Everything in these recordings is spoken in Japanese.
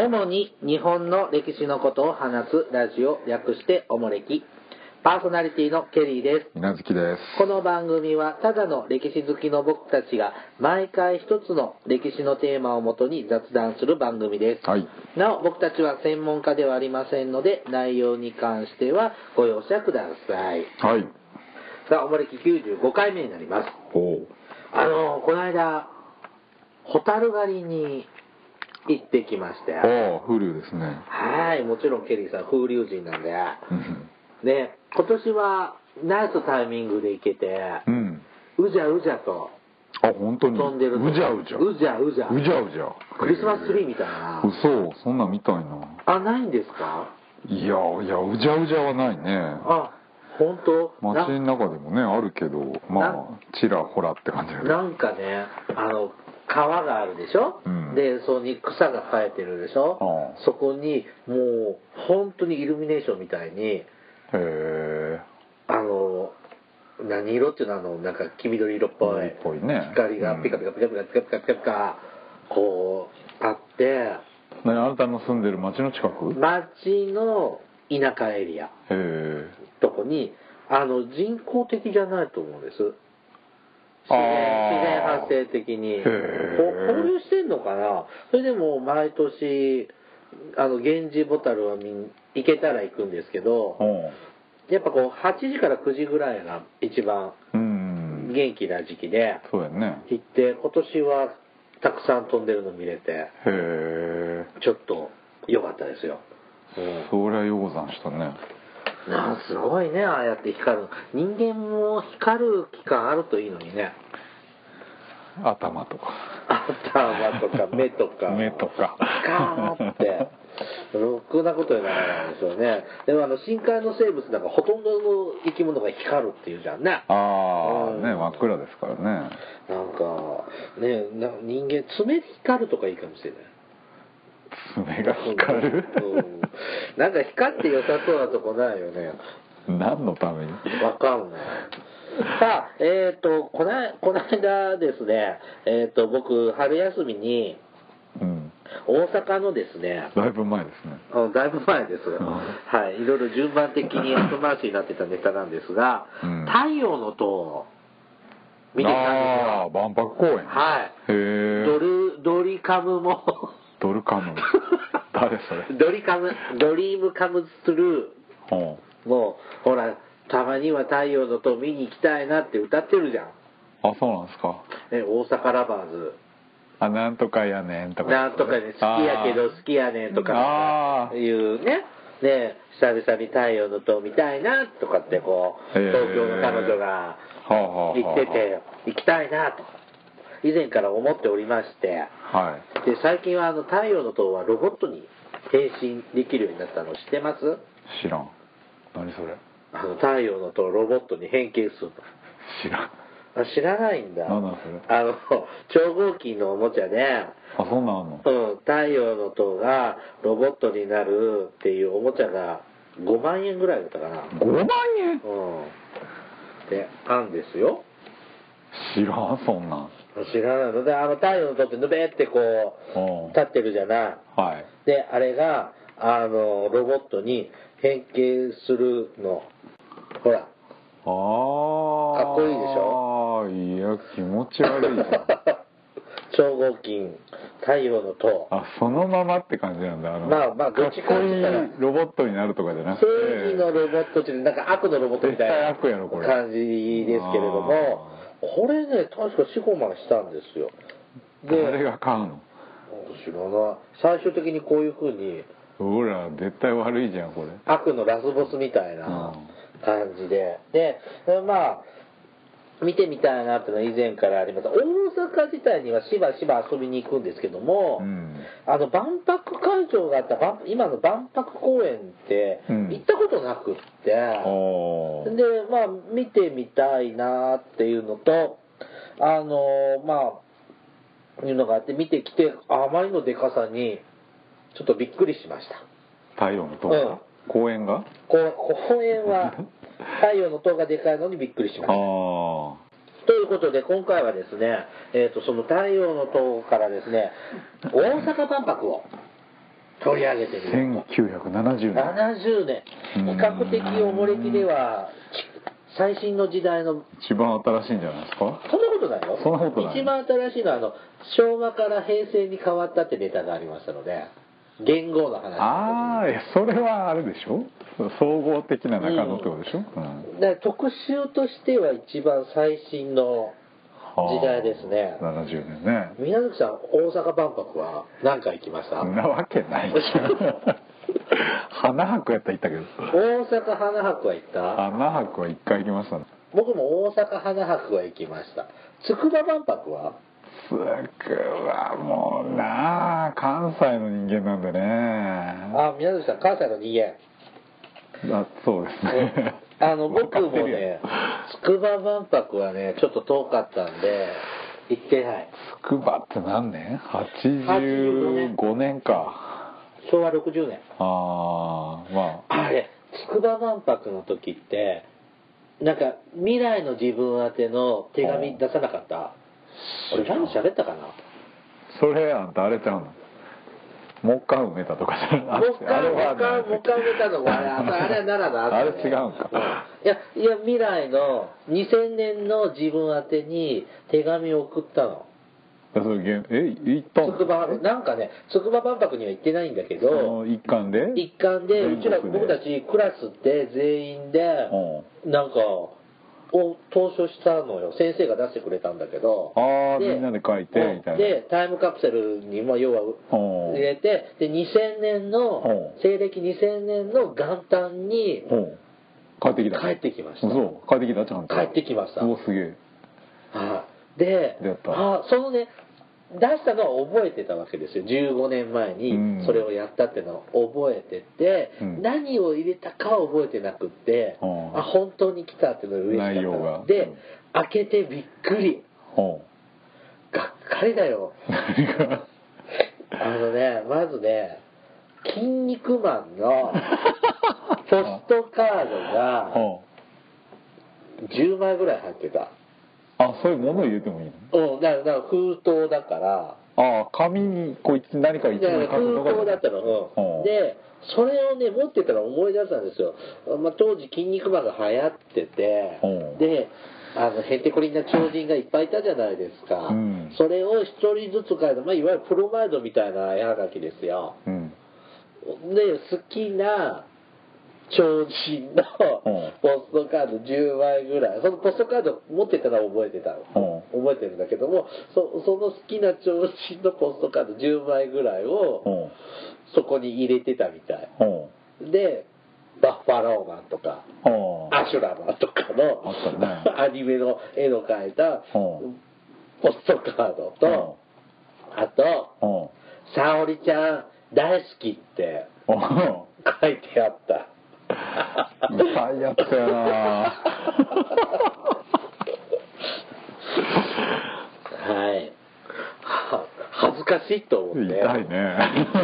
主に日本の歴史のことを話すラジオ、略しておもれき。パーソナリティのケリーです。 みなずきです。 この番組はただの歴史好きの僕たちが毎回一つの歴史のテーマをもとに雑談する番組です。 はい。 なお僕たちは専門家ではありませんので、内容に関してはご容赦ください。 はい。 さあ、おもれき95回目になります。 ほう。 この間、ホタル狩りに行ってきましたよ。 風流ですね。 はい、もちろんケリーさん風流人なんで。 うんね、今年はナイスタイミングで行けて、 うん。 うじゃうじゃとあ、本当に。 飛んでると。 うじゃうじゃ。 うじゃうじゃ。 うじゃうじゃ。 クリスマスツリーみたいな。 嘘、そんなん見たいな。 あ、ないんですか？ いや、うじゃうじゃはないね。 あ、本当？ 街の中でもね、あるけど、まあ、ちらほらって感じだけど。 なんかね、川があるでしょ、 うん、 で、そこに草が生えてるでしょ、そこにもう本当にイルミネーションみたいに、 へ何色っていうのなんか黄緑色っぽいね、 光がピカピカピカピカピカピカピカピカこうあって、 あなたの住んでる町の近く？ 町の田舎エリアとこに人工的じゃないと思うんです。自然発生的に放流してんのかな。それでも毎年ゲンジボタルは行けたら行くんですけど、やっぱこう8時から9時ぐらいが一番元気な時期で、 そうやね。 行って今年はたくさん飛んでるの見れて、ちょっと良かったですよ。 そりゃようござんしたね。 すごいね、ああやって光る。人間も光る期間あるといいのにね。 頭とか目とか目とかピカーってろくなことにならないですよね。でも深海の生物なんかほとんどの生き物が光るっていうじゃんね。 ね、真っ暗ですからね。 なんかね、人間爪で光るとかいいかもしれない。 爪が光る、 なんか光って良さそうなとこないよね。 何のために？ わかんない。さあ、この間ですね、僕春休みに大阪のですね、 だいぶ前ですね。 だいぶ前です。はい、いろいろ順番的に後回しになってたネタなんですが、太陽の塔を見てきたんですよ。 万博公園。 はい。ドリカムもドルカム。誰それ？ ドリームカムスルー。もうほら、たまには太陽の塔見に行きたいなって歌ってるじゃん。 あ、そうなんですか。 大阪ラバーズ。 なんとかやねんとか。 なんとかね、好きやけど好きやねんとかいうね。で、久々に太陽の塔見たいなとかってこう、東京の彼女が言ってて、行きたいなと以前から思っておりまして、で最近は太陽の塔はロボットに変身できるようになったの知ってます？ 知らん。何それ？ 太陽の塔ロボットに変形するの。 知らん。 知らないんだ。 何なんそれ？ 超合金のおもちゃで、 そんなんあんの？ 太陽の塔がロボットになるっていうおもちゃが5万円ぐらいだったかな。 5万円？ で、あんですよ。 知らん、そんなん。 知らないので、太陽の塔ってぬべってこう立ってるじゃない。で、あれがロボットに変形するの。ほら。かっこいいでしょ？ いや、気持ち悪いじゃん。 超合金太陽の塔。 そのままって感じなんだ。 まあどっちかって言ったらロボットになるとかじゃなくて、 正義のロボットっていうなんか悪のロボットみたいな感じですけれども、これね確か4、5万したんですよ。 で、誰が買うの？ 知らない。最終的にこういう風に、 ほら絶対悪いじゃんこれ。 悪のラスボスみたいな感じで、でまあ見てみたいなっていうのは以前からあります。大阪自体にはしばしば遊びに行くんですけども、万博会場があった今の万博公園って行ったことなくって、でまあ見てみたいなっていうのというのがあって見てきて、あまりのでかさにちょっとびっくりしました。 太陽の塔が？公園が？ 公園は太陽の塔がでかいのにびっくりしました。ということで今回はですね、その太陽の塔からですね、大阪万博を取り上げてみると 1970年 70年比較的おもれきでは最新の時代の一番新しいんじゃないですか。 そんなことないよ。 そんなことない。 一番新しいのは昭和から平成に変わったってネタがありましたので、元号の話。 ああ、それはあるでしょ。総合的な中野ってことでしょ。 だから特集としては一番最新の時代ですね。 70年ね。 宮崎さん、大阪万博は何回行きました？ そんなわけない。花博やったら行ったけど。 大阪花博は行った？ 花博は1回行きましたね。 僕も大阪花博は行きました。筑波万博は？ つくはもうなあ、関西の人間なんでね。 あ、宮崎さん関西の人間。 そうですね。 僕もね、筑波万博はねちょっと遠かったんで行ってない。 筑波って何年？85年か。 昭和60年。 あれ筑波万博の時ってなんか未来の自分宛ての手紙出さなかった？俺何喋ったかな。 それあんたあれちゃうの？木簡埋めたとかじゃない？ 木簡埋めたのはあれは奈良のあれ違うんか。 いや未来の2000年の自分宛てに手紙を送ったの。 それ行ったの？ なんかね筑波万博には行ってないんだけど、 一環で僕たちクラスって全員でなんかを投書したのよ。先生が出してくれたんだけど、 みんなで書いてみたいな。 でタイムカプセルに要は入れて、で2000年の西暦2000年の元旦に帰ってきた。 帰ってきました。 そう、帰ってきたちゃんと。 帰ってきました。 すげえ。 で、そのね出したのは覚えてたわけですよ。15年前にそれをやったってのを覚えてて、何を入れたかは覚えてなくって、本当に来たっていうのが嬉しかった。で、開けてびっくり。がっかりだよ。まずね、筋肉マンのポストカードが10枚ぐらい入ってた。 そういうものを入れてもいいの？だから封筒だから。 紙にこいつ何か一枚書くのが。 封筒だったの。で、それをね持ってたら思い出したんですよ。当時筋肉マンが流行ってて、でへんてこりんな超人がいっぱいいたじゃないですか。それを一人ずつ書いた、いわゆるプロマイドみたいな絵はがきですよ。で、好きな超人のポストカード10枚ぐらい、そのポストカード持ってたら覚えてたの、覚えてるんだけども、その好きな超人のポストカード10枚ぐらいをそこに入れてたみたいで、バッファローマンとかアシュラマンとかのアニメの絵の描いたポストカードと、あと沙織ちゃん大好きって書いてあった。 痛いやつやな。 恥ずかしいと思って。 痛いね。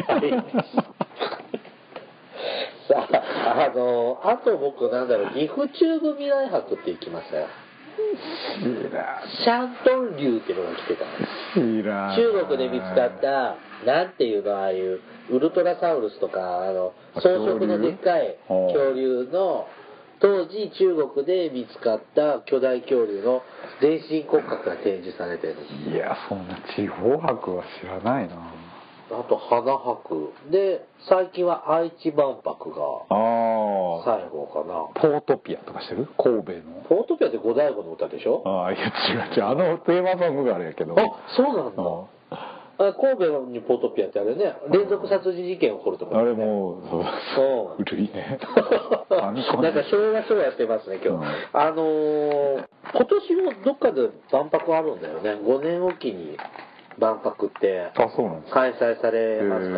さあ、あと僕岐阜中部未来博って行きましたよ。シャントン竜っていうのが来てたの。中国で見つかったなんていうの、ああいうウルトラサウルスとか草食のでっかい恐竜の当時中国で見つかった巨大恐竜の全身骨格が展示されてる。 いや、そんな地方博は知らないな。 あと花博で、最近は愛知万博が最後かな。 ポートピアとかしてる？神戸のポートピアって五大悟の歌でしょ？ いや違うテーマソングがあるやけど。 そうなんだ。神戸にポートピアってあれね、連続殺人事件起こるところ、ね、 あれもう古いね。 なんか昭和してますね今日。今年もどっかで万博あるんだよね。5年おきに万博って開催されますから、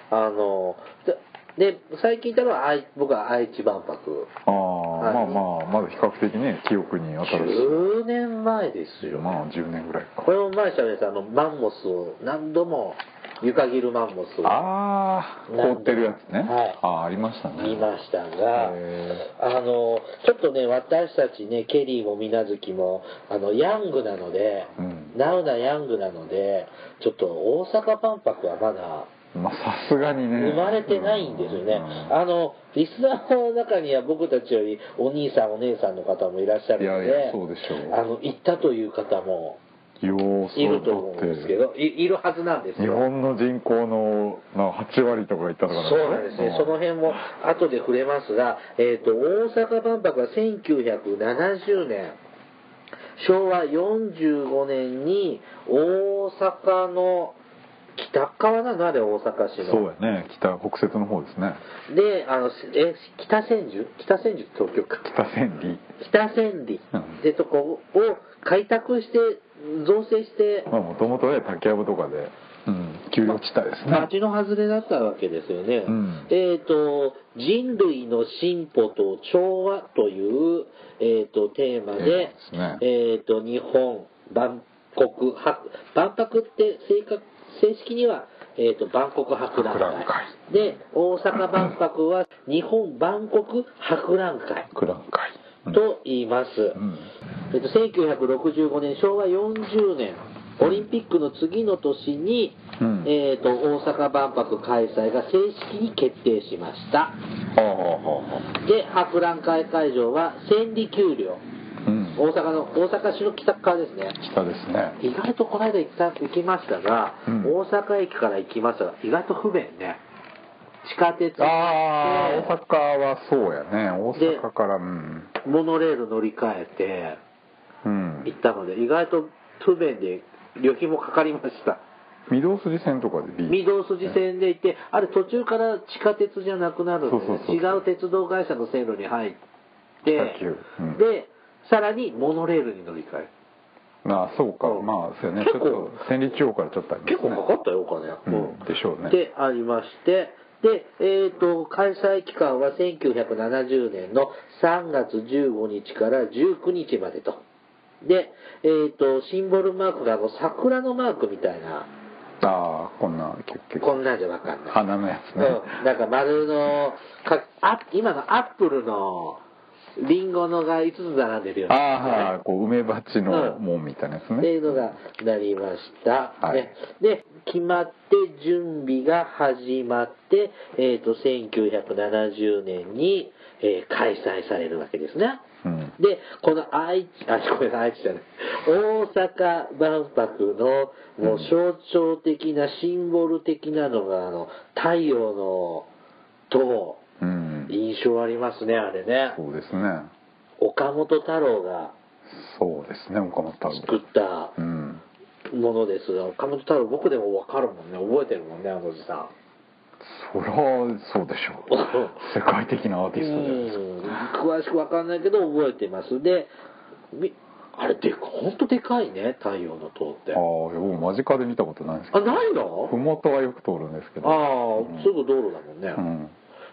で最近言ったのは僕は愛知万博。 まだ比較的ね記憶に新しい。 10年前ですよ。 10年ぐらいか。 これも前したね、マンモスを何度も床切るマンモスを凍ってるやつね。ありましたね。 見ましたが、ちょっとね私たちねケリーも水無月もヤングなので、ナウなヤングなのでちょっと大阪万博はまだまあさすがにね生まれてないんですよね。リスナーの中には僕たちよりお兄さんお姉さんの方もいらっしゃるので、 いやそうでしょう。 行ったという方もいると思うんですけど、いるはずなんですよ。 日本の人口の8割とかいったのかな。 そうなんですね。その辺も後で触れますが、大阪万博は1970年、昭和45年に大阪の北側なのあれ、大阪市の。 そうやね、北西の方ですね。 で、北千住って東京か。 北千里ってとこを開拓して造成して、 まあもともとは竹やぶとかで、丘陵地帯ですね。 町の外れだったわけですよね。人類の進歩と調和という、テーマで、日本万博って正式には、万国博覧会で、大阪万博は日本万国博覧会と言います。1965年、昭和40年、オリンピックの次の年に、大阪万博開催が正式に決定しました。で、博覧会会場は千里丘陵。大阪市の北側ですね。 北ですね。 意外とこの間行きましたが、大阪駅から行きましたが、意外と不便ね。地下鉄大阪はそうやね。大阪から、 モノレール乗り換えて行ったので、意外と不便で旅費もかかりました。 御堂筋線とかで御堂筋線で行って、あれ途中から地下鉄じゃなくなるので、違う鉄道会社の線路に入って、でさらにモノレールに乗り換え。 そうか、まあそうやね。ちょっと千里地方からちょっとありますね。 結構かかったよ、お金。 でしょうね。 でありまして、で、開催期間は1970年の3月15日から19日までと。で、シンボルマークが桜のマークみたいな。 こんなんじゃわかんない。 花のやつね。 なんか丸の今のアップルのリンゴのが5つ並んでるような、 こう梅鉢の門みたいなやつね。 っていうのがなりました。で、決まって準備が始まって、1970年に、開催されるわけですね。で、この愛知じゃない、大阪万博のもう象徴的なシンボル的なのが太陽の塔。印象ありますね、あれね。 そうですね。 岡本太郎が作ったものですが、岡本太郎僕でも分かるもんね、覚えてるもんね、あのおじさん。 そりゃそうでしょう。世界的なアーティストじゃないですか。 詳しく分かんないけど覚えてます。で、あれ本当でかいね、太陽の塔って。 僕間近で見たことないんですけど。 ないの？ 麓はよく通るんですけど。 すぐ道路だもんね。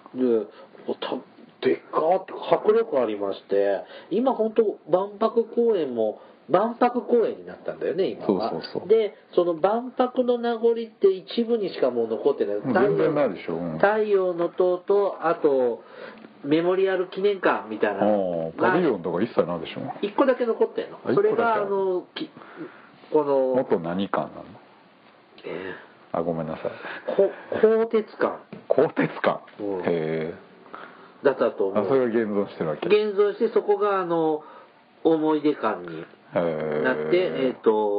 でっかーって迫力ありまして、今本当万博公園も万博公園になったんだよね、今は。で、その万博の名残って一部にしかもう残ってない。 全然ないでしょ。 太陽の塔と、あとメモリアル記念館みたいなパビリオンとか一切ないでしょ。 1個だけ残ってんの。それがこの元何館なの？ごめんなさい。 鋼鉄館。 へえ。 だったと思う。 それが現存してるわけ。 現存して、そこが思い出館になって、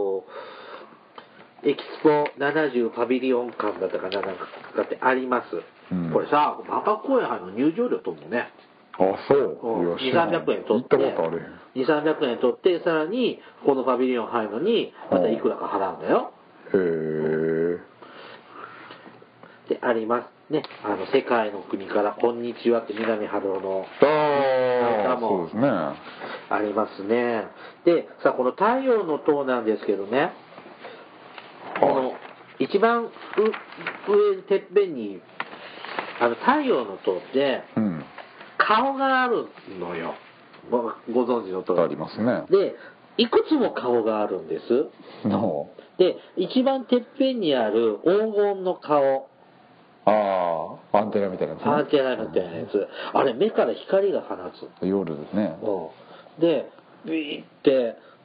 エキスポ70パビリオン館だったかなんかってあります。これさ、万博公園入るの入場料と思うね。 そう。 200-300円取って、200-300円取って、さらにこのパビリオン入るのにまたいくらか払うんだよ。でありますね。世界の国からこんにちはって南春夫の歌もありますね。でさ、この太陽の塔なんですけどね、この一番上てっぺんに太陽の塔って顔があるのよ。ご存知の通り。 ありますね。 でいくつも顔があるんです。で一番てっぺんにある黄金の顔、 アンテナみたいなやつね。 アンテナみたいなやつ。あれ目から光が放つ。 夜ですね。 でビーって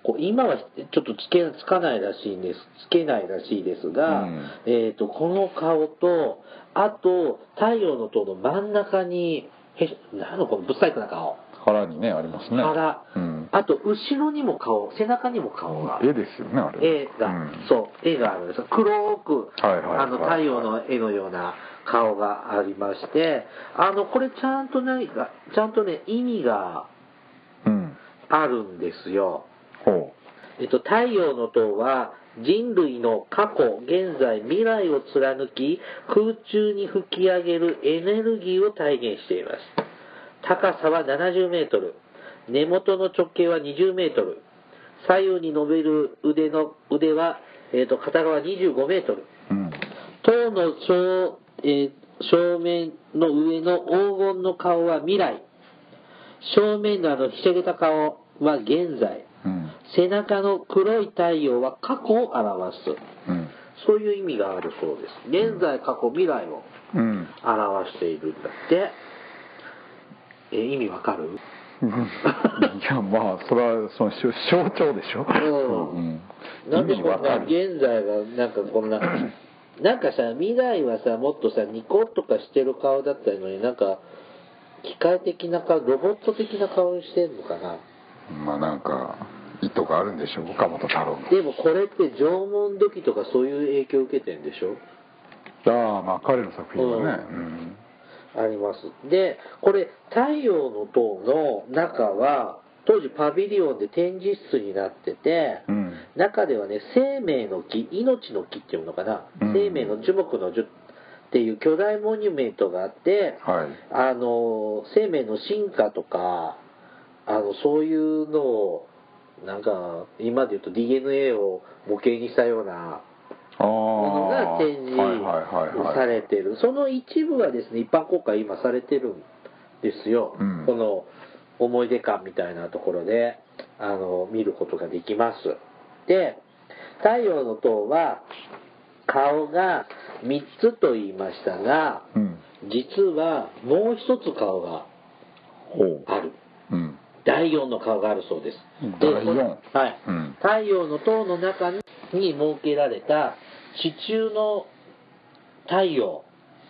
今はちょっとつかないらしいんです。つけないらしいですが、この顔と、あと、太陽の塔の真ん中に、このぶっさいくな顔。 腹にね、ありますね。 腹。あと、後ろにも顔、背中にも顔が。 絵ですよね、あれ。 絵があるんです。黒く、太陽の絵のような顔がありまして、これちゃんとね、意味があるんですよ。太陽の塔は人類の過去、現在、未来を貫き、空中に吹き上げるエネルギーを体現しています。高さは70メートル。根元の直径は20メートル。左右に伸びる腕は、片側25メートル。塔の正面の上の黄金の顔は未来。正面のひしゃげた顔は現在。背中の黒い太陽は過去を表す。そういう意味があるそうです。現在、過去、未来を表しているんだって。意味わかる？ いや、まあそれはその象徴でしょ。 なんでこんな現在がなんかこんななんかさ、未来はさ、もっとさ、ニコッとかしてる顔だったのに、なんか機械的な顔、ロボット的な顔してんのかな。 まあなんか意図があるんでしょう、岡本太郎の。 でもこれって縄文土器とかそういう影響を受けてんでしょ。 まあ彼の作品はね、 あります。で、これ太陽の塔の中は当時パビリオンで展示室になってて、中ではね、生命の木、命の木っていうのかな、生命の樹木の樹っていう巨大モニュメントがあって、生命の進化とかそういうのをなんか今で言うと DNA を模型にしたようなものが展示されてる。その一部がですね、一般公開今されてるんですよ。この思い出館みたいなところで見ることができます。で、太陽の塔は顔が3つと言いましたが、実はもう一つ顔がある。第4の顔があるそうです。 第4。 太陽の塔の中に設けられた地中の太陽、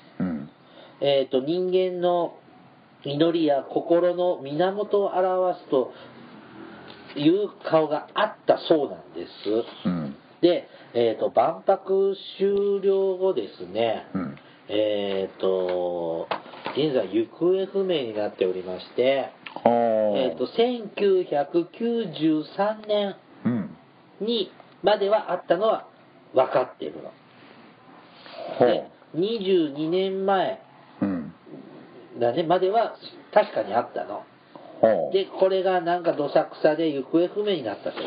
人間の祈りや心の源を表すという顔があったそうなんです。で、万博終了後ですね、現在行方不明になっておりまして、1993年にまではあったのは分かっているの。で、22年前だね、までは確かにあったの。で、これがなんかどさくさで行方不明になったそうです。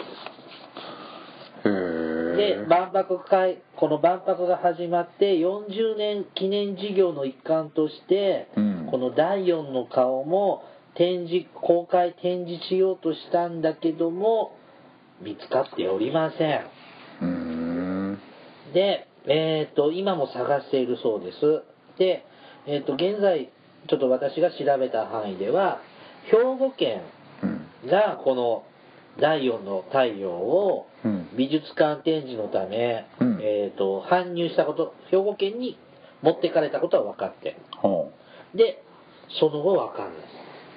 で、この万博が始まって40年記念事業の一環として、この第4の顔も公開展示しようとしたんだけども見つかっておりません。で、今も探しているそうです。で、現在ちょっと私が調べた範囲では兵庫県がこの第4の太陽を美術館展示のため、搬入したこと、兵庫県に持ってかれたことは分かってで、その後分かんない。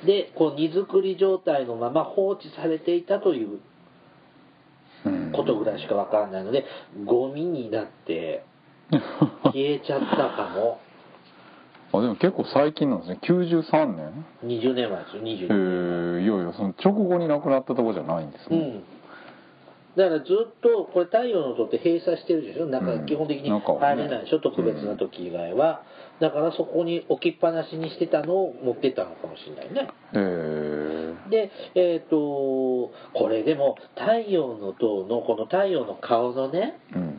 で、この荷造り状態のまま放置されていたということぐらいしか分かんないので、ゴミになって消えちゃったかも。 でも結構最近なんですね。93年 20年前ですよ。22年。 いやいや、その直後に亡くなったとこじゃないんですね。 だからずっとこれ太陽の塔って閉鎖してるでしょ。基本的に入れないでしょ、特別な時以外は。だからそこに置きっぱなしにしてたのを持ってったのかもしれないね。で、これでも太陽の塔のこの太陽の顔のね、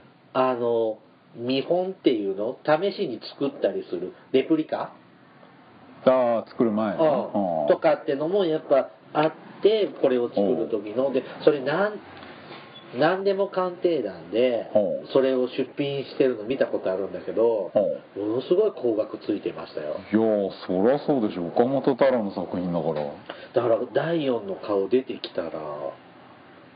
見本っていうの試しに作ったりするレプリカ作る前のとかってのもやっぱあって、これを作る時ので、それ何でも鑑定団でそれを出品してるの見たことあるんだけど、ものすごい高額ついてましたよ。 いやそりゃそうでしょ。岡本太郎の作品だから。 だから第4の顔出てきたら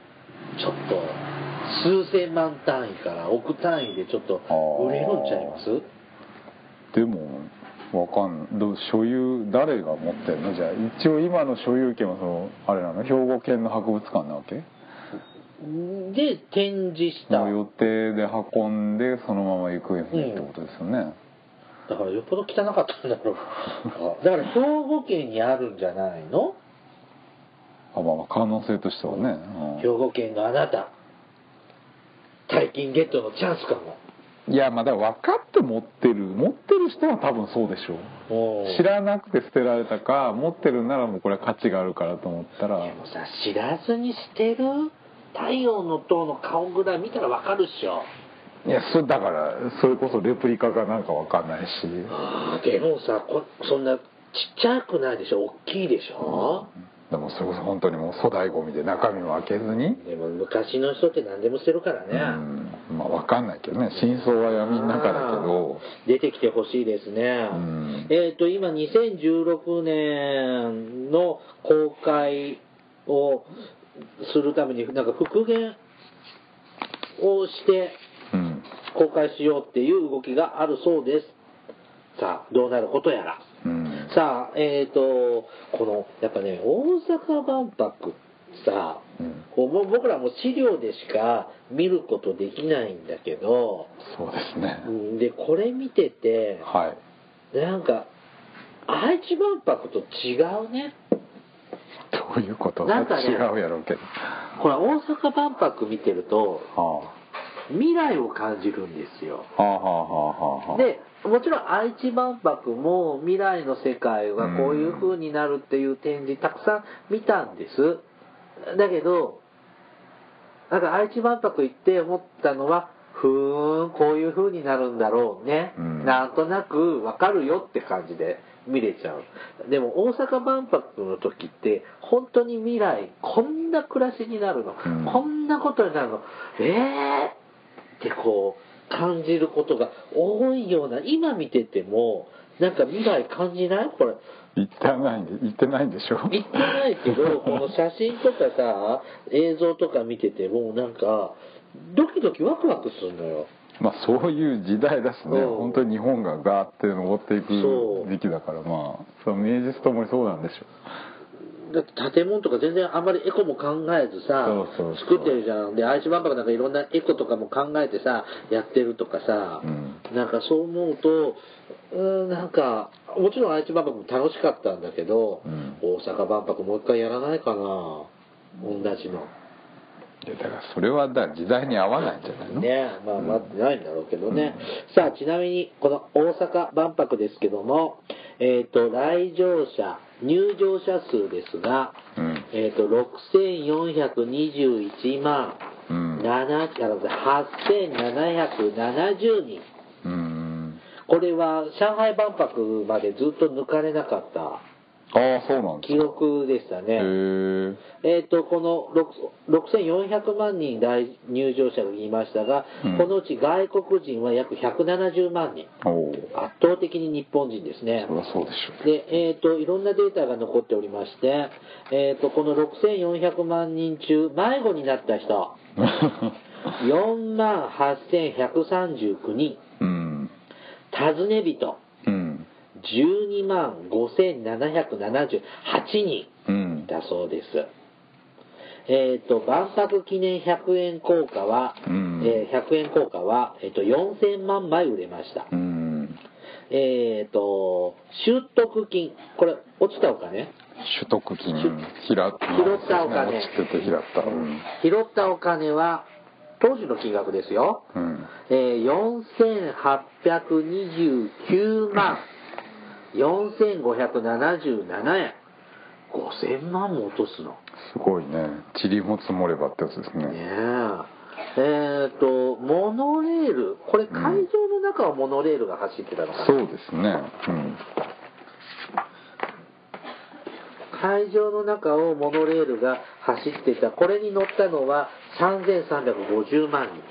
ちょっと数千万単位から億単位でちょっと売れるんちゃいます？ でもわかんない。所有誰が持ってるの？じゃあ一応今の所有権はそのあれなの、兵庫県の博物館なわけで展示したの予定で運んでそのまま行方不明ってことですよね、 だからよっぽど汚かったんだろうだから兵庫県にあるんじゃないの？ まあ可能性としてはね、 兵庫県のあなた大金ゲットのチャンスかも。 いやまあだから分かって持ってる人は多分そうでしょう。知らなくて捨てられたか、持ってるならもうこれは価値があるからと思ったら。 でもさ、知らずに捨てる？太陽の塔の顔ぐらい見たら分かるっしょ。 いやそれだからそれこそレプリカかなんか分かんないし。 でもさそんなちっちゃくないでしょ、大きいでしょ、 でもそれこそ本当にもう粗大ゴミで中身も開けずに。 でも昔の人って何でも捨てるからね。 まあ分かんないけどね、真相は闇の中だけど出てきてほしいですね。今2016年の公開をするためになんか復元をして公開しようっていう動きがあるそうです。さあどうなることやら。さあこのやっぱね大阪万博さ、もう僕らも資料でしか見ることできないんだけど、 そうですね、 でこれ見てて、なんか愛知万博と違うね。 どういうこと？ なんかね、 違うやろうけど、 これ大阪万博見てると、未来を感じるんですよ。でもちろん愛知万博も未来の世界がこういう風になるっていう展示たくさん見たんです。だけどなんか愛知万博行って思ったのは、こういう風になるんだろうね、なんとなくわかるよって感じで見れちゃう。でも大阪万博の時って本当に未来こんな暮らしになるの、こんなことになるのってこう感じることが多いような、今見ててもなんか未来感じない？これ行ってないんでしょ？ 行ってないけどこの写真とかさ映像とか見ててもなんかドキドキワクワクするのよ。 まあそういう時代だしね、本当に日本がガーって登っていく時期だから、まあその名実ともにそうなんでしょう。 だって建物とか全然あんまりエコも考えずさ作ってるじゃん。で愛知万博なんかいろんなエコとかも考えてさやってるとかさ、なんかそう思うとなんかもちろん愛知万博も楽しかったんだけど、大阪万博もう一回やらないかな、同じの。 だからそれは時代に合わないんじゃないのね。まあ待ってないんだろうけどね、さあちなみにこの大阪万博ですけども来場者入場者数ですが、6421万8770人、これは上海万博までずっと抜かれなかったそうなんですか、 記録でしたね。この6400万人入場者がいましたが、このうち外国人は約170万人、圧倒的に日本人ですね。 そりゃそうでしょう。 で、いろんなデータが残っておりまして、この6400万人中迷子になった人4万8139人、尋ね人12万5778人だそうです。万博記念100円硬貨は、100円硬貨は、4000万枚売れました。習得金、これ落ちたお金？ 取得金、拾ったお金、落ちてて拾った、 拾ったお金は当時の金額ですよ、4829万4577円。5000万も落とすのすごいね。塵も積もればってやつですね。 モノレール、これ会場の中をモノレールが走ってたのかな。 そうですね、 会場の中をモノレールが走っていた。これに乗ったのは3350万人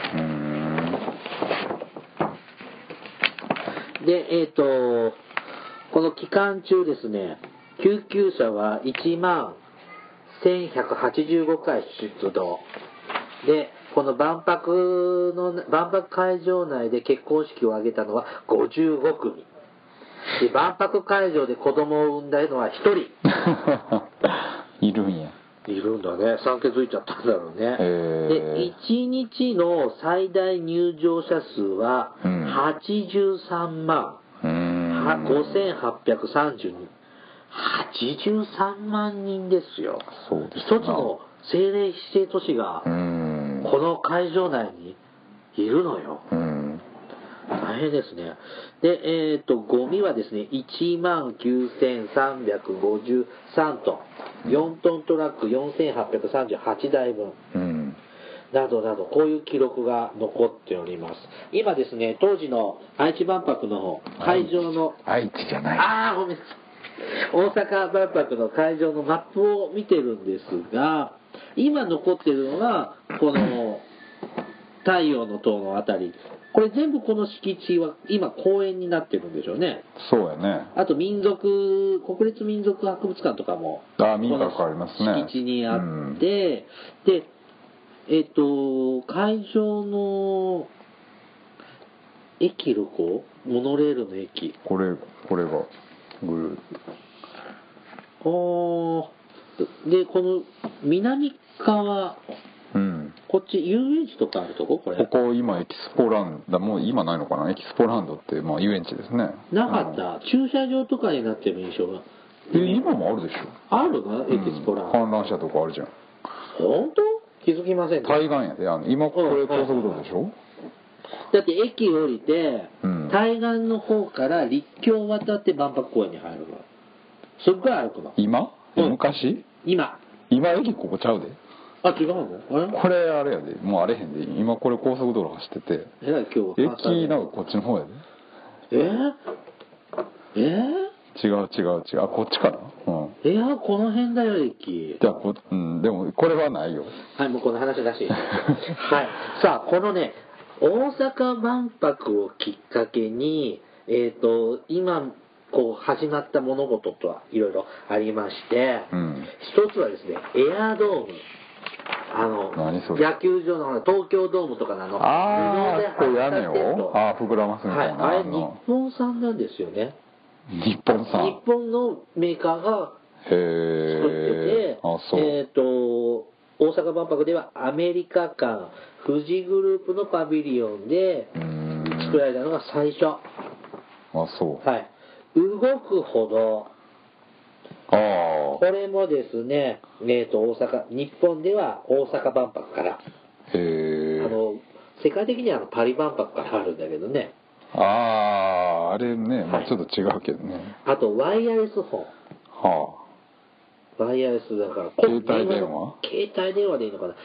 で、この期間中ですね、救急車は1万 1185回出動で、この万博会場内で結婚式を挙げたのは55組で、万博会場で子供を産んだのは1人いるんや。 いるんだね。産気づいちゃったんだろうね。で、1日の最大入場者数は83万5830人。83万人ですよ。 そうですね。 一つの政令指定都市がこの会場内にいるのよ。大変ですね。で、ゴミはですね、19,353トン、4トントラック4,838台分、などなど、こういう記録が残っております。今ですね、当時の愛知万博の会場の、 愛知じゃない。 ごめんなさい。大阪万博の会場のマップを見てるんですが、今残ってるのが、この太陽の塔のあたり。これ全部この敷地は今公園になってるんでしょうね。 そうやね。 あと国立民族博物館とかも民学ありますね。 敷地にあって、で、会場の駅の方、モノレールの駅。 これがぐるで、この南側、こっち遊園地とかあるとここれ。 ここ今エキスポランド、もう今ないのかな、エキスポランドって、まあ遊園地ですね。 なかった、駐車場とかになってる印象が。 今もあるでしょ。 あるな、エキスポランド。 観覧車とかあるじゃん。 本当？気づきませんね。 対岸やで、今これ高速道路でしょ。 だって駅降りて、対岸の方から陸橋を渡って万博公園に入るの。すっごい歩くの。 今？昔？ 今駅ここちゃうで。 違うの？ これあれやで、もうあれへんで、今これ高速道路走ってて、 今日駅なんかこっちの方やで。違う、こっちかな。この辺だよ駅。 じゃあでもこれはないよ。 はい、もうこの話だし。はい。さあ、このね、大阪万博をきっかけに、今こう始まった物事とはいろいろありまして、一つはですね、エアドーム。 何それ？ 野球場の東京ドームとかの布でこう屋根を膨らますみたいな。 あれ日本産なんですよね。 日本産。 日本のメーカーが作ってて、大阪万博ではアメリカ館富士グループのパビリオンで作られたのが最初。 そう。 はい。動くほど。これもですね、日本では大阪万博から、世界的にはパリ万博からあるんだけどね。 あれね、ちょっと違うけどね。 あとワイヤレスフォン。ワイヤレスだから携帯電話でいいのかな。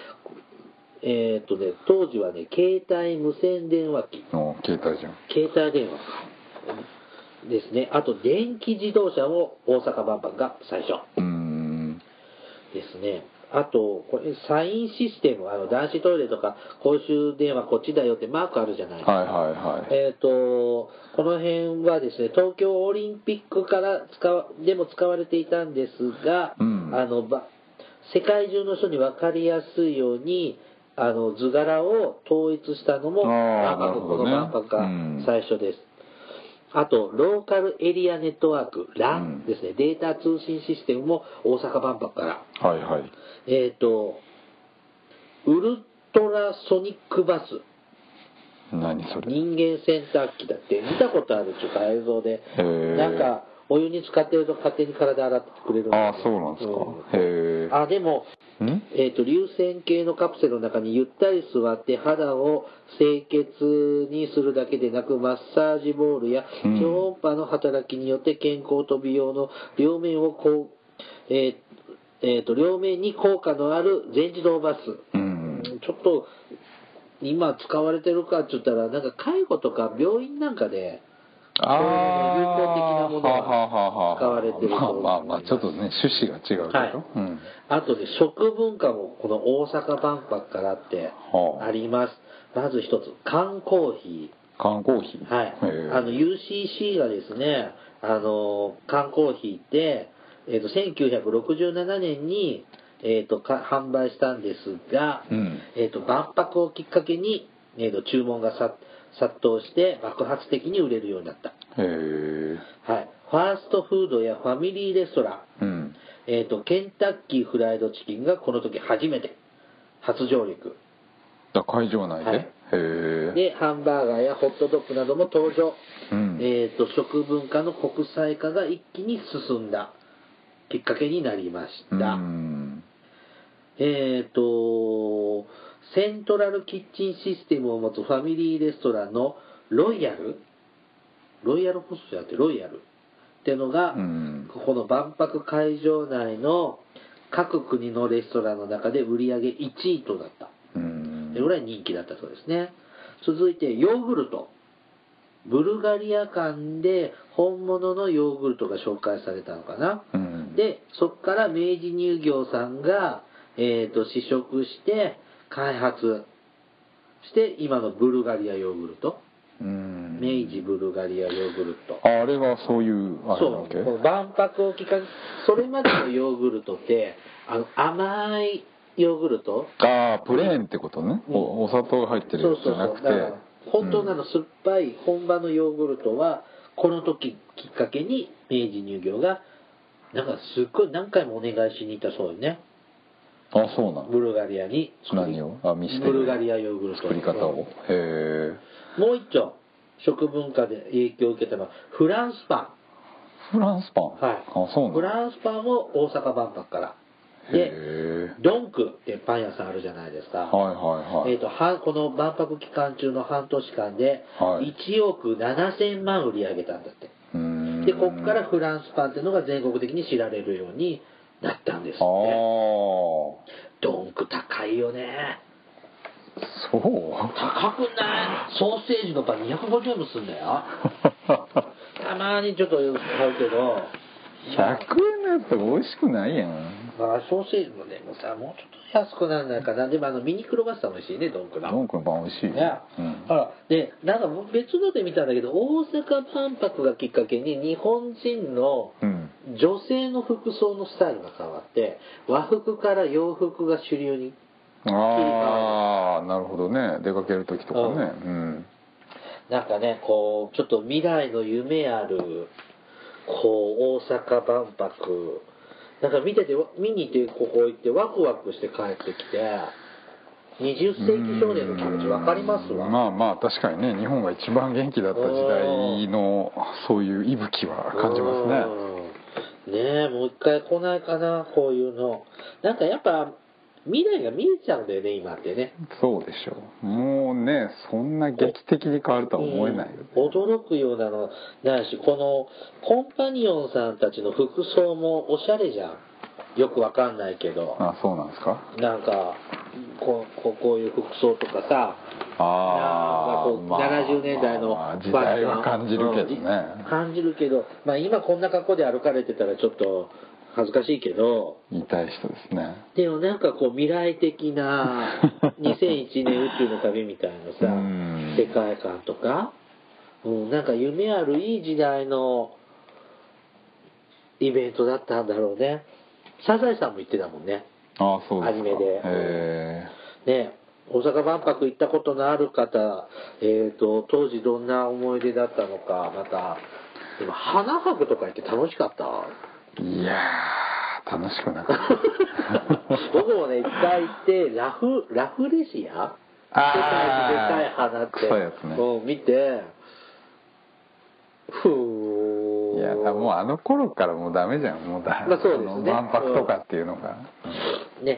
当時はね、携帯無線電話機。 携帯じゃん。 携帯電話ですね。あと電気自動車も大阪万博が最初ですね。あとこれサインシステム、男子トイレとか公衆電話こっちだよってマークあるじゃないですか。この辺はですね、東京オリンピックからでも使われていたんですが、世界中の人に分かりやすいように図柄を統一したのもこの万博が最初です。あとローカルエリアネットワーク LAN ですね、データ通信システムも大阪万博から。ウルトラソニックバス。 何それ？ 人間洗濯機だって見たことあるちょっと映像で、なんかお湯に浸かってると勝手に体洗ってくれるんですよ。 そうなんですか。 でも流線形のカプセルの中にゆったり座って肌を清潔にするだけでなく、マッサージボールや超音波の働きによって健康と美容の両面に効果のある全自動バス。ちょっと今使われてるかって言ったら、なんか介護とか病院なんかで有効的なものが使われてると思います。 ちょっとね趣旨が違うけど、 あとね、食文化もこの大阪万博からってあります。まず一つ、缶コーヒー。はい。UCC がですね、缶コーヒーって1967年に販売したんですが、万博をきっかけに、注文が殺到して爆発的に売れるようになった。はい。ファーストフードやファミリーレストラン、ケンタッキーフライドチキンがこの時初上陸。 会場内で、はい、 でハンバーガーやホットドッグなども登場、食文化の国際化が一気に進んだきっかけになりました。セントラルキッチンシステムを持つファミリーレストランのロイヤルホストじゃなくてロイヤルっていうのが、ここの万博会場内の各国のレストランの中で売り上げ1位となった。それぐらい人気だったそうですね。続いてヨーグルト。ブルガリア館で本物のヨーグルトが紹介されたのかな。で、そこから明治乳業さんが、試食して開発して今のブルガリアヨーグルト。明治ブルガリアヨーグルト。 あれはそういうあれなわけ？ そう。万博をきっかけ、それまでのヨーグルトって甘いヨーグルト、 プレーンってことね、お砂糖が入ってるやつじゃなくて、 本当なの酸っぱい本場のヨーグルトはこの時きっかけに明治乳業がなんかすっごい何回もお願いしに行ったそうよね。 そうなの。 ブルガリアに何を見せてブルガリアヨーグルト作り方を。 もう一丁食文化で影響を受けたのはフランスパン。 フランスパン、 はい。 そうなの。 フランスパンも大阪万博からで、ドンクってパン屋さんあるじゃないですか。この万博期間中の半年間で1億7000万売り上げたんだって。で、ここからフランスパンっていうのが全国的に知られるようになったんですって。ドンク高いよね。 そう？高くない？ソーセージのパン250円もすんだよ。たまにちょっと買うけど。 100円のやつが美味しくないやん。 ソーセージもね、もうちょっと安くならないかな。でもミニクロワッサン美味しいね、ドンクの。 ドンクのパン美味しいね。で、なんか別ので見たんだけど、大阪万博がきっかけに日本人の女性の服装のスタイルが変わって、和服から洋服が主流に切り替わる。 なるほどね。出かける時とかね。 なんかね、こう、ちょっと未来の夢ある、大阪万博なんか見に行ってここ行ってワクワクして帰ってきて20世紀少年の気持ち分かりますわ。 まあ確かにね、日本が一番元気だった時代のそういう息吹は感じますね。ねえ、もう一回来ないかな、こういうの。なんかやっぱ未来が見えちゃうんだよね、今ってね。 そうでしょう。もうね、そんな劇的に変わるとは思えないよね。 驚くようなのないし、このコンパニオンさんたちの服装もおしゃれじゃん。よくわかんないけど。 そうなんですか。 なんかこういう服装とかさ、70年代の時代は感じるけどね。 感じるけど、今こんな格好で歩かれてたらちょっと恥ずかしいけど、 言いたい人ですね。 でもなんか未来的な2001年宇宙の旅みたいなさ世界観とか、なんか夢あるいい時代のイベントだったんだろうね。サザエさんも言ってたもんね。 そうですか。 アニメで。ね、大阪万博行ったことのある方、当時どんな思い出だったのか、またでも花博とか行って楽しかった？ いやー、楽しくなかった。 僕もね、一回行ってラフレシア、世界一でかい花って、 臭いやつね。 見て、 いや、もうあの頃からもうダメじゃん。もうそうですね。 万博とかっていうのが。 ね、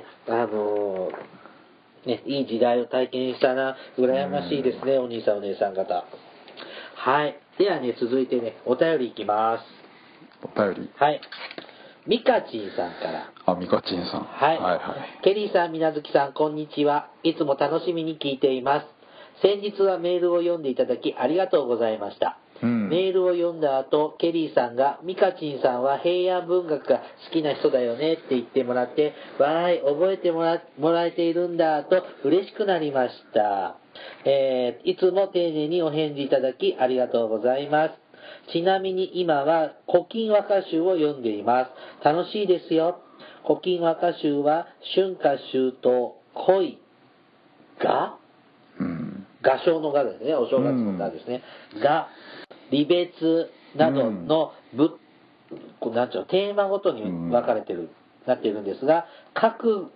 ね、いい時代を体験したな、羨ましいですね、お兄さんお姉さん方。はい。ではね、続いてね、お便りいきます。 お便り。 はい。ミカチンさんから。 ミカチンさん。 はい。ケリーさん、みなずきさん、こんにちは。いつも楽しみに聞いています。先日はメールを読んでいただきありがとうございました。メールを読んだ後、ケリーさんがミカチンさんは平安文学が好きな人だよねって言ってもらって、わーい、覚えてもらえているんだと嬉しくなりました。いつも丁寧にお返事いただきありがとうございます。 ちなみに今は古今和歌集を読んでいます。楽しいですよ。古今和歌集は春夏秋冬恋が、画商の画ですね、お正月の画ですね、が離別などのなんちゅうテーマごとに分かれてる、なっているんですが、各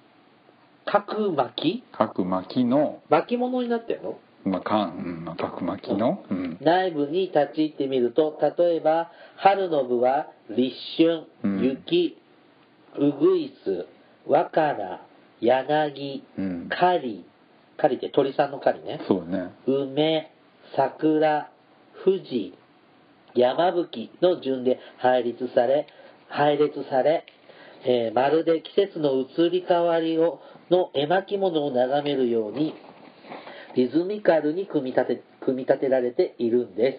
巻の巻物になってるの、 各巻の、 内部に立ち入ってみると、例えば春の部は立春、雪、うぐいす、わから、柳、狩って鳥さんの狩りね、 そうね、 梅、桜、富士、山吹の順で配列され、まるで季節の移り変わりの絵巻物を眺めるようにリズミカルに組み立てられているんです。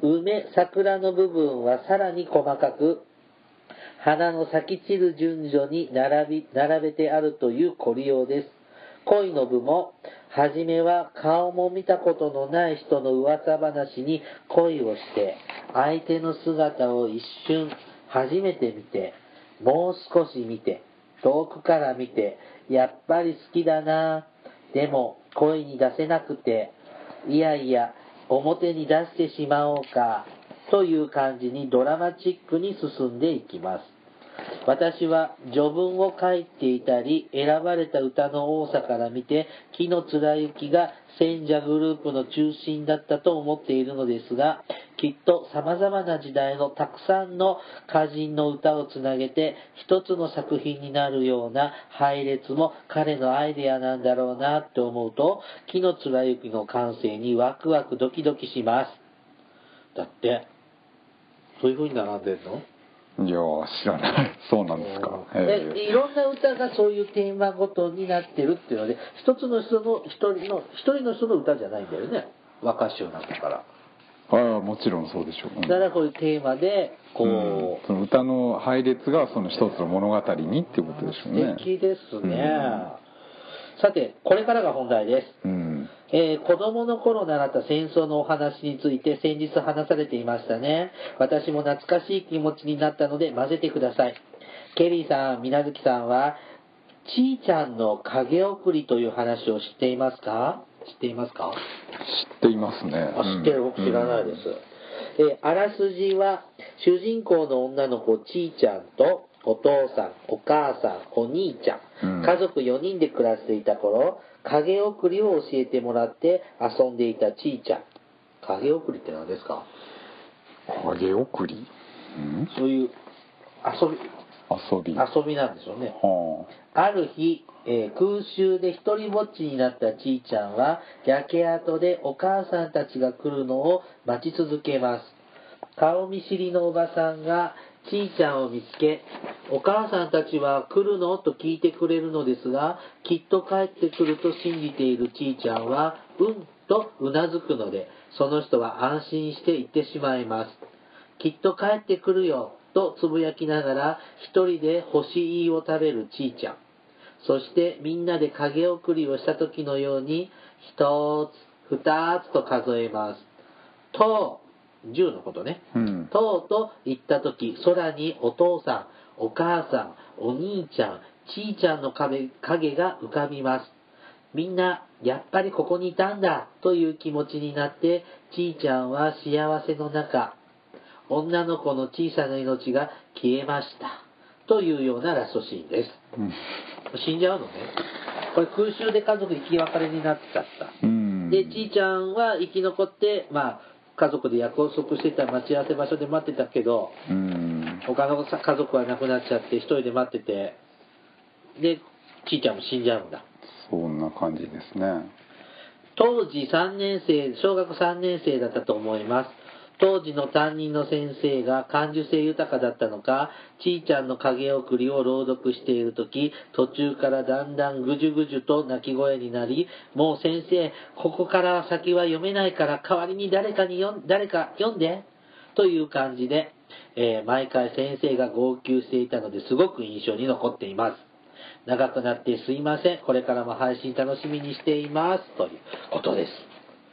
梅、桜の部分はさらに細かく花の咲き散る順序に並べてあるという凝りようです。恋の部も、はじめは顔も見たことのない人の噂話に恋をして、相手の姿を一瞬初めて見て、もう少し見て、遠くから見て、やっぱり好きだな、でも声に出せなくて、いやいや、表に出してしまおうか、という感じにドラマチックに進んでいきます。私は序文を書いていたり、選ばれた歌の多さから見て、紀貫之が選者グループの中心だったと思っているのですが、きっと様々な時代のたくさんの歌人の歌をつなげて一つの作品になるような配列も彼のアイデアなんだろうなって思うと、紀貫之の感性にワクワクドキドキします。だって、そういう風に並んでんの？ いや知らない。そうなんですか。 いろんな歌がそういうテーマごとになってるっていうので、一人の人の歌じゃないんだよね、和歌集なんだから。 ああ、もちろんそうでしょう。 だからこういうテーマでその歌の配列がその一つの物語にっていうことでしょうね。 素敵ですね。さて、これからが本題です。子供の頃習った戦争のお話について先日話されていましたね。私も懐かしい気持ちになったので混ぜてください。ケリーさん、みなずきさんは、ちーちゃんの影送りという話を知っていますか？知っていますね。知ってる、僕知らないです。あらすじは、主人公の女の子ちーちゃんと、お父さん、お母さん、お兄ちゃん、家族4人で暮らしていた頃、影送りを教えてもらって遊んでいたちーちゃん。影送りって何ですか？ 影送り？ そういう遊びなんでしょうね。ある日、空襲で一人ぼっちになったちーちゃんは焼け跡でお母さんたちが来るのを待ち続けます。顔見知りのおばさんがちーちゃんを見つけ、お母さんたちは来るのと聞いてくれるのですが、きっと帰ってくると信じているちーちゃんはとうなずくので、その人は安心して行ってしまいます。きっと帰ってくるよとつぶやきながら一人で干しいを食べるちーちゃん。そしてみんなで影送りをした時のように一つ、二つと数えます。と、10のことね。と言った時、空にお父さん、お母さん、お兄ちゃん、ちーちゃんの影が浮かびます。みんな、やっぱりここにいたんだという気持ちになって、ちーちゃんは幸せの中、女の子の小さな命が消えましたというようなラストシーンです。死んじゃうのね。これ空襲で家族生き別れになっちゃった。で、ちーちゃんは生き残って、家族で約束してた待ち合わせ場所で待ってたけど、他の家族は亡くなっちゃって一人で待ってて、で、ちーちゃんも死んじゃうんだ。 そんな感じですね。 当時小学3年生だったと思います。当時の担任の先生が感受性豊かだったのか、ちーちゃんの影送りを朗読しているとき、途中からだんだんぐじゅぐじゅと泣き声になり、もう先生、ここから先は読めないから代わりに誰か読んでという感じで、毎回先生が号泣していたのですごく印象に残っています。長くなってすいません。これからも配信楽しみにしています。ということです。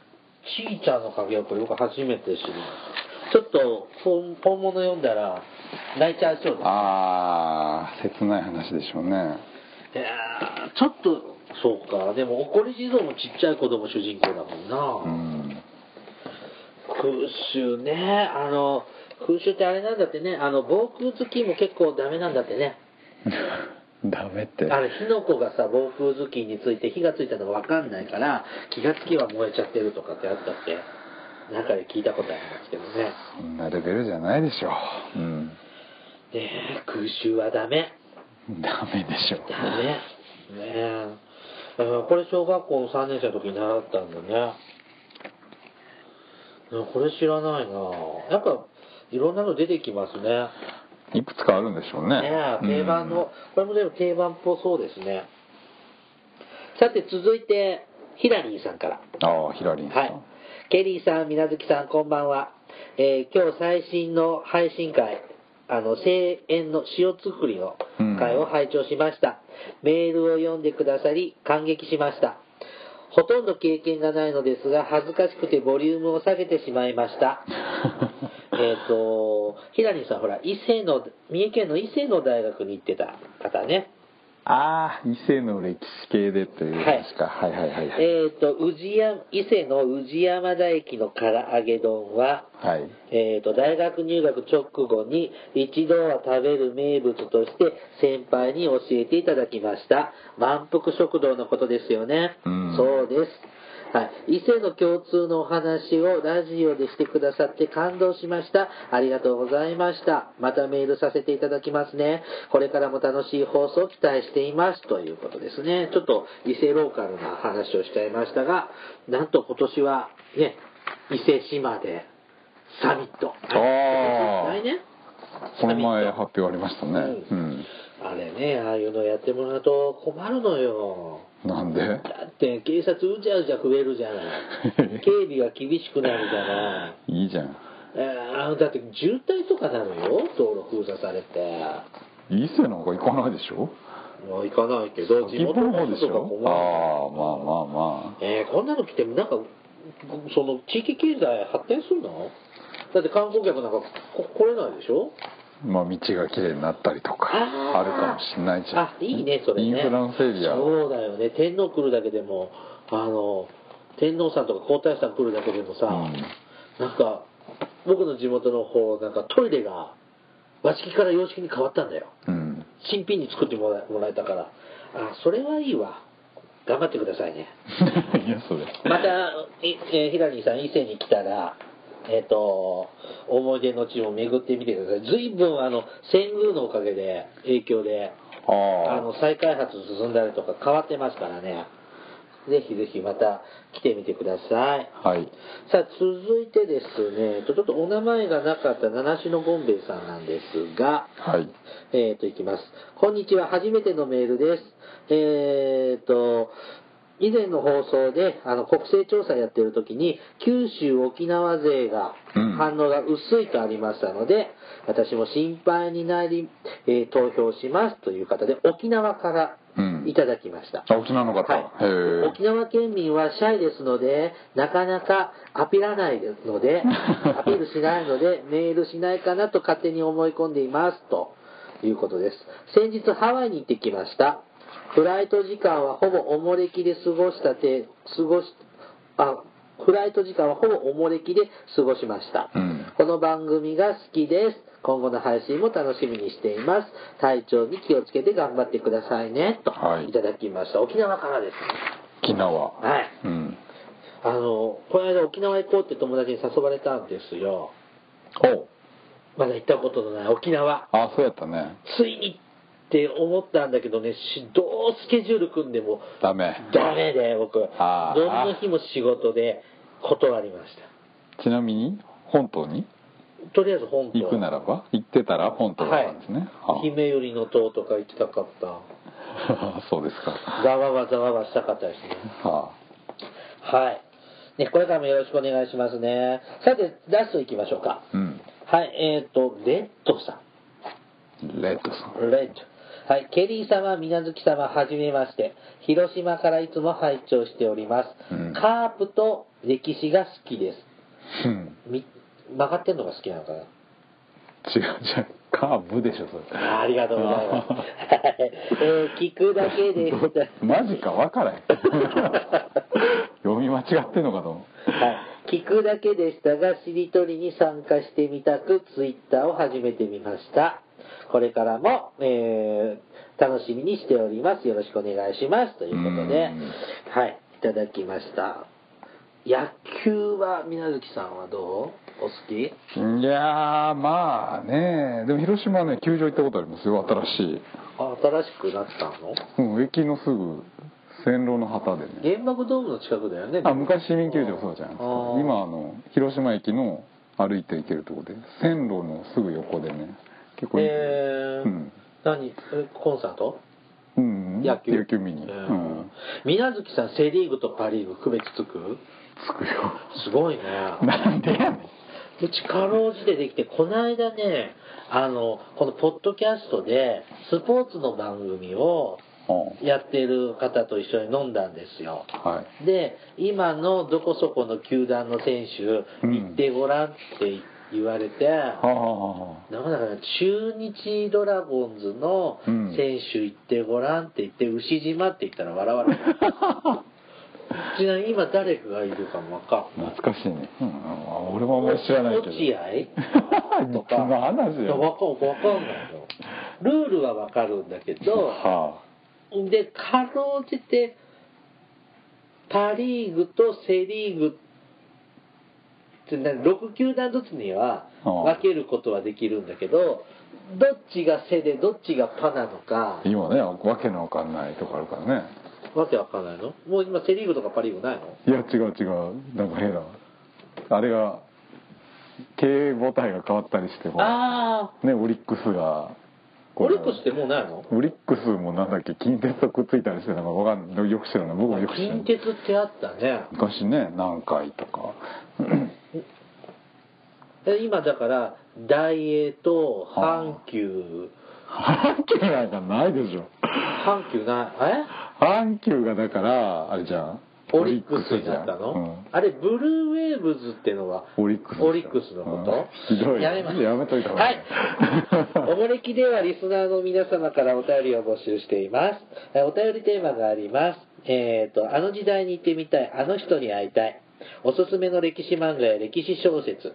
ちーちゃんの影をこれ僕初めて知りました。ちょっと本物読んだら泣いちゃいそうです。 ああ、切ない話でしょうね。 いやちょっとそうか。でも怒り地蔵もちっちゃい子供主人公だもんな。空襲ね、空襲ってあれなんだってね、防空好きも結構ダメなんだってね。 ダメって。 火の粉がさ、防空頭巾について火がついたのが分かんないから、気がつきは燃えちゃってるとかってあったって、中で聞いたことありますけどね。 そんなレベルじゃないでしょう。 ねえ、空襲はダメ。 ダメでしょ。 ダメ。ねえ。これ小学校の3年生の時に習ったんだね。これ知らないな。やっぱいろんなの出てきますね。 いくつかあるんでしょうね。 定番の、これもでも定番っぽそうですね。さて続いてヒラリーさんから。 ああ、ヒラリーさん。 はい。ケリーさん、みなずきさん、こんばんは。今日最新の配信会、声援の塩作りの会を拝聴しました。メールを読んでくださり感激しました。ほとんど経験がないのですが恥ずかしくてボリュームを下げてしまいました。ヒラリーさん、ほら三重県の伊勢の大学に行ってた方ね。 ああ、伊勢の歴史系でという話か。はいはいはい。 伊勢の宇治山田駅の唐揚げ丼は、 はい。 大学入学直後に一度は食べる名物として先輩に教えていただきました。満腹食堂のことですよね。そうです。はい、伊勢の共通のお話をラジオでしてくださって感動しました。ありがとうございました。またメールさせていただきますね。これからも楽しい放送を期待していますということですね。ちょっと伊勢ローカルな話をしちゃいましたが、なんと今年はね、伊勢志摩でサミット。 来年この前発表ありましたね。 あれね、ああいうのやってもらうと困るのよ。 なんで？ だって警察うじゃうじゃ増えるじゃない。警備が厳しくなるじゃない。 いいじゃん。 だって渋滞とかなのよ、道路封鎖されて。 伊勢なんか行かないでしょ？ 行かないけど、地元の人とか困る。 ああ、まあまあまあ。 こんなの来てもなんかその地域経済発展するの？だって観光客なんか来れないでしょ？ まあ道がきれいになったりとかあるかもしれないじゃん。 いいね、それね。 インフラの整備は。 そうだよね。天皇来るだけでも天皇さんとか皇太子さん来るだけでもさ、なんか僕の地元の方なんかトイレが和式から洋式に変わったんだよ。新品に作ってもらえたから、それはいいわ。頑張ってくださいね。 いや、それ。 またヒラリーさん伊勢に来たら。思い出の地を巡ってみてください。随分遷宮のおかげで影響で再開発進んだりとか変わってますからね。ぜひぜひまた来てみてください。 はい。 さあ続いてですね、ちょっとお名前がなかった七種のゴンベイさんなんですが、 はい。 いきます。こんにちは、初めてのメールです。以前の放送で国勢調査やってる時に九州沖縄勢が反応が薄いとありましたので、私も心配になり、投票しますという方で沖縄からいただきました。 沖縄の方、 はい、沖縄県民はシャイですのでなかなかアピらないのでアピールしないのでメールしないかなと勝手に思い込んでいますということです。先日ハワイに行ってきました。フライト時間はほぼおもれきでフライト時間はほぼおもれきで過ごしました、この番組が好きです。今後の配信も楽しみにしています。体調に気をつけて頑張ってくださいねといただきました。沖縄からですね。 沖縄。 はい。この間沖縄行こうって友達に誘われたんですよ。まだ行ったことのない沖縄。 そうやったね。 ついにって思ったんだけどね、どうスケジュール組んでもダメで僕どの日も仕事で断りました。 ちなみに本島にとりあえず本島行くならば行ってたら本島だったんですね。 姫百合の塔とか行きたかった。 そうですか。 ざわわしたかったですね。はいね、これからもよろしくお願いしますね。さてラスト行きましょうか。はい、レッドさん。レッド。はい、ケリー様、みなずき様、はじめまして。広島からいつも拝聴しております。カープと歴史が好きです。 うん曲がってんのが好きなのかな。 違うカーブでしょそれ。 ありがとうございます。聞くだけでした。 マジか分からへん。読み間違ってんのかと思う。 はい、聞くだけでしたが、しりとりに参加してみたくツイッターを始めてみました。これからも、楽しみにしております。よろしくお願いしますということで、はい、いただきました。野球は水無月さんはどう？お好き？ いやまあね、でも広島はね球場行ったことありますよ。新しい。 新しくなったの？ 駅のすぐ線路の旗でね。 原爆ドームの近くだよね。 昔市民球場そうじゃないですか。今広島駅の歩いて行けるところで線路のすぐ横でね結構いい。 何コンサート？ 野球見に。 水無月さんセリーグとパリーグ区別つく？ つくよ。 すごいね。 なんでやねん。 うちかろうじてできて、この間ね、このポッドキャストでスポーツの番組をやっている方と一緒に飲んだんですよ。 はい、 で、今のどこそこの球団の選手行ってごらんって言われて、なかなか中日ドラゴンズの選手行ってごらんって言って、牛島って言ったら笑われた。ちなみに今誰かがいるかも分かんない。 懐かしいね。俺もあんまり知らないけど。 落合とか。 の話よ。 分かんないの。ルールは分かるんだけど、で、かろうじて、パリーグとセリーグって6球団ずつには分けることはできるんだけど、どっちがセでどっちがパなのか。 今ね、わけのわかんないとこあるからね。 わけわかんないの？もう今セリーグとかパリーグないの？ いや違うなんか変なあれが経営母体が変わったりしてもね、オリックスがオリックスってもうないの？ オリックスもなんだっけ近鉄とくっついたりしてなんかわかんないよく知らない。僕もよく知らない。 近鉄ってあったね昔ね。南海とか今だから大英と阪急なんかないでしょ。 阪急阪急がだからあれじゃんオリックスになったの、あれブルーウェーブズってのはオリックスのこと、 ひどい。 やめといた方がいい。 はいおもれきではリスナーの皆様からお便りを募集しています。お便りテーマがあります。あの時代に行ってみたい、あの人に会いたい、おすすめの歴史漫画や歴史小説、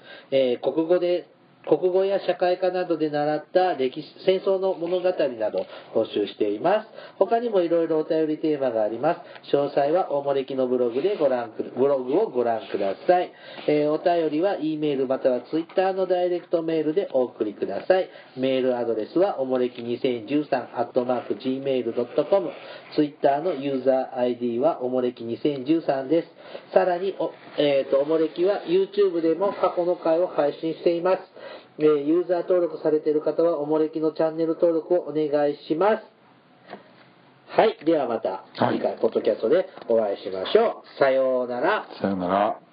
国語や社会科などで習った戦争の物語など募集しています。他にもいろいろお便りテーマがあります。詳細はおもれきのブログをご覧ください。お便りは E メールまたは Twitter のダイレクトメールでお送りください。メールアドレスはおもれき2013@gmail.com、 Twitter のユーザー ID はおもれき2013です。さらにおもれきは YouTube でも過去の回を配信しています。ユーザー登録されている方はおもれきのチャンネル登録をお願いします。はい、ではまた次回ポッドキャストでお会いしましょう。さようなら。 さようなら。